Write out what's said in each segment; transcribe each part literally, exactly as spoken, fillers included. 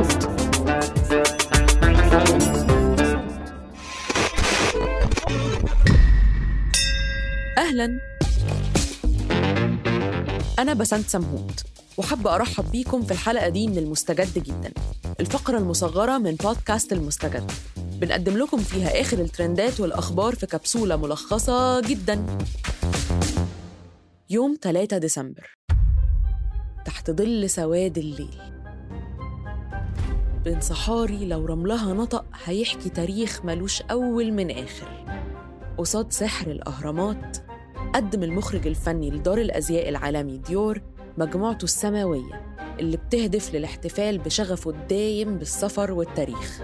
صوت. أهلاً، أنا بسنت سمهوت وحابة أرحب بيكم في الحلقة دي من المستجد جداً، الفقرة المصغرة من بودكاست المستجد. بنقدم لكم فيها آخر الترندات والأخبار في كبسولة ملخصة جداً. يوم ثلاثة ديسمبر، تحت ظل سواد الليل، بين صحاري لو رملها نطق هيحكي تاريخ ملوش أول من آخر. قصاد سحر الأهرامات قدم المخرج الفني لدار الأزياء العالمي ديور مجموعته السماوية اللي بتهدف للاحتفال بشغفه الدايم بالسفر والتاريخ.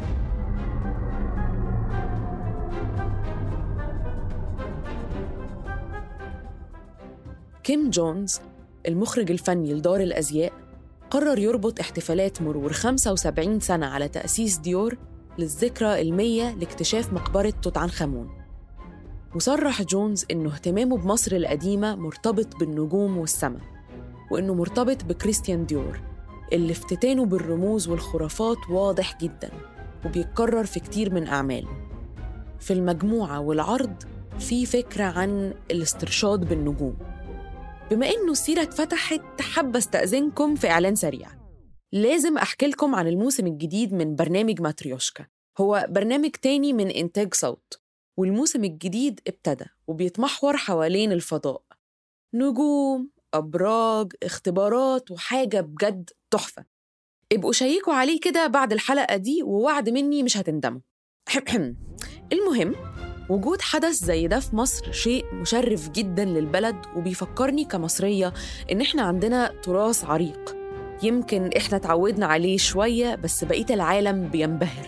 كيم جونز المخرج الفني لدار الأزياء قرر يربط احتفالات مرور خمسة وسبعين سنة على تأسيس ديور للذكرى المية لاكتشاف مقبرة توت عنخ آمون. وصرح جونز إنه اهتمامه بمصر القديمة مرتبط بالنجوم والسماء، وإنه مرتبط بكريستيان ديور اللي افتتانه بالرموز والخرافات واضح جداً وبيتكرر في كتير من أعماله. في المجموعة والعرض في فكرة عن الاسترشاد بالنجوم. بما إنه السيرة اتفتحت، حابة استأذنكم في إعلان سريع. لازم أحكي لكم عن الموسم الجديد من برنامج ماتريوشكا. هو برنامج تاني من إنتاج صوت، والموسم الجديد ابتدى وبيتمحور حوالين الفضاء، نجوم، أبراج، اختبارات، وحاجة بجد تحفة. ابقوا شيكوا عليه كده بعد الحلقة دي، ووعد مني مش هتندموا. المهم، وجود حدث زي ده في مصر شيء مشرف جداً للبلد، وبيفكرني كمصرية إن إحنا عندنا تراث عريق يمكن إحنا تعودنا عليه شوية، بس بقية العالم بينبهر.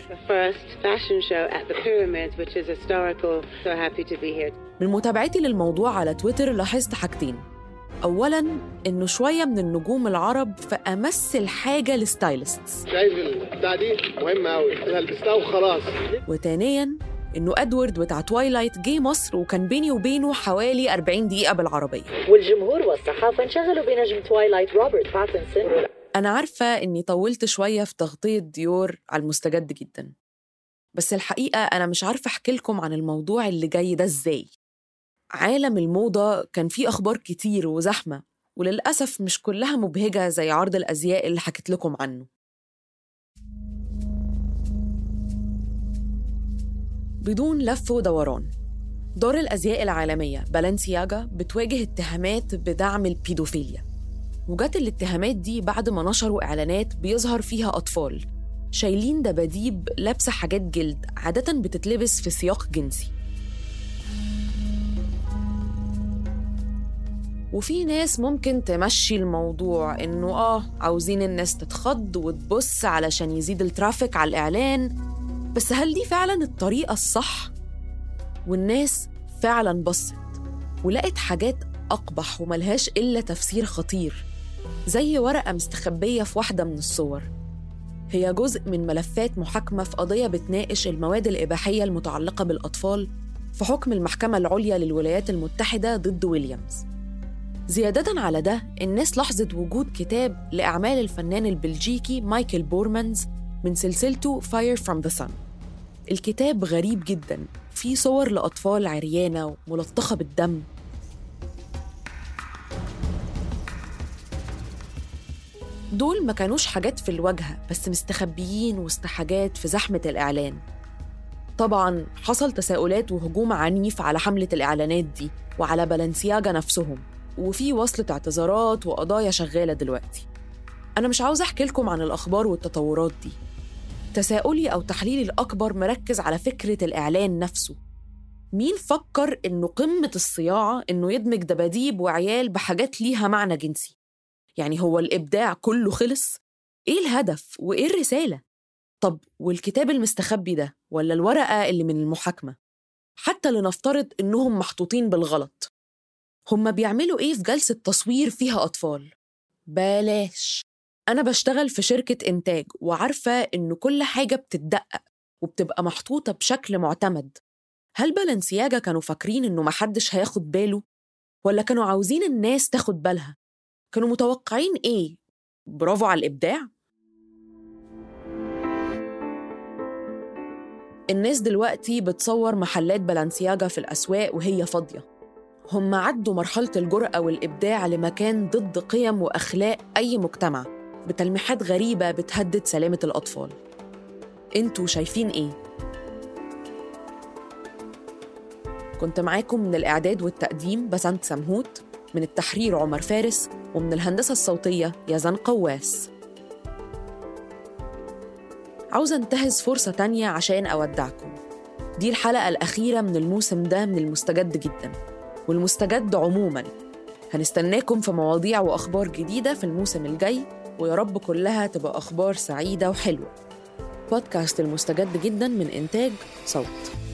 من متابعتي للموضوع على تويتر لاحظت حاجتين. أولاً، إنه شوية من النجوم العرب في أمس الحاجة لستايلستس. شايف البتاع دي مهمة أوي، أنا لبستها وخلاص. وتانياً، إنه أدوارد بتاع توايلايت جه مصر وكان بيني وبينه حوالي أربعين دقيقة بالعربية، والجمهور والصحافة انشغلوا بنجم توايلايت روبرت باتنسون. أنا عارفة إني طولت شوية في تغطية ديور على المستجد جداً، بس الحقيقة أنا مش عارفة أحكي لكم عن الموضوع اللي جاي ده إزاي. عالم الموضة كان فيه أخبار كتير وزحمة، وللأسف مش كلها مبهجة زي عرض الأزياء اللي حكيت لكم عنه. بدون لف ودوران، دار الأزياء العالمية بالنسياغا بتواجه اتهامات بدعم البيدوفيليا، وجات الاتهامات دي بعد ما نشروا إعلانات بيظهر فيها أطفال شايلين دباديب لابسة حاجات جلد عادة بتتلبس في سياق جنسي. وفي ناس ممكن تمشي الموضوع إنه آه عاوزين الناس تتخض وتبص علشان يزيد الترافيك على الإعلان، بس هل دي فعلاً الطريقة الصح؟ والناس فعلاً بصت ولقت حاجات أقبح وملهاش إلا تفسير خطير، زي ورقة مستخبية في واحدة من الصور. هي جزء من ملفات محاكمة في قضية بتناقش المواد الإباحية المتعلقة بالأطفال في حكم المحكمة العليا للولايات المتحدة ضد ويليامز. زيادة على ده، الناس لاحظت وجود كتاب لأعمال الفنان البلجيكي مايكل بورمانز من سلسلته Fire from the Sun. الكتاب غريب جداً، فيه صور لأطفال عريانة وملطخة بالدم. دول ما كانوش حاجات في الواجهة، بس مستخبيين وسط حاجات في زحمة الإعلان. طبعاً حصل تساؤلات وهجوم عنيف على حملة الإعلانات دي وعلى بالنسياغا نفسهم، وفي وصلة اعتذارات وقضايا شغالة دلوقتي. أنا مش عاوز أحكي لكم عن الأخبار والتطورات دي. تساؤلي أو تحليلي الأكبر مركز على فكرة الإعلان نفسه. مين فكر إنه قمة الصياعة إنه يدمج دباديب وعيال بحاجات ليها معنى جنسي؟ يعني هو الإبداع كله خلص؟ إيه الهدف وإيه الرسالة؟ طب والكتاب المستخبي ده ولا الورقة اللي من المحاكمة؟ حتى لنفترض إنهم محطوطين بالغلط، هم بيعملوا إيه في جلسة تصوير فيها أطفال؟ بلاش. أنا بشتغل في شركة إنتاج وعارفة إنه كل حاجة بتتدقق وبتبقى محطوطة بشكل معتمد. هل بالنسياغا كانوا فاكرين إنه محدش هياخد باله؟ ولا كانوا عاوزين الناس تاخد بالها؟ كانوا متوقعين إيه؟ برافو على الإبداع؟ الناس دلوقتي بتصور محلات بلانسياجا في الأسواق وهي فاضية. هم عدوا مرحلة الجرأة والإبداع لمكان ضد قيم وأخلاق أي مجتمع بتلميحات غريبة بتهدد سلامة الأطفال. انتوا شايفين إيه؟ كنت معاكم من الإعداد والتقديم بسنت سمهوت، من التحرير عمر فارس، ومن الهندسة الصوتية يزن قواس. عاوزة انتهز فرصة تانية عشان أودعكم. دي الحلقة الأخيرة من الموسم ده من المستجد جداً، والمستجد عموماً. هنستناكم في مواضيع وأخبار جديدة في الموسم الجاي، ويا رب كلها تبقى أخبار سعيدة وحلوة. بودكاست المستجد جداً من إنتاج صوت.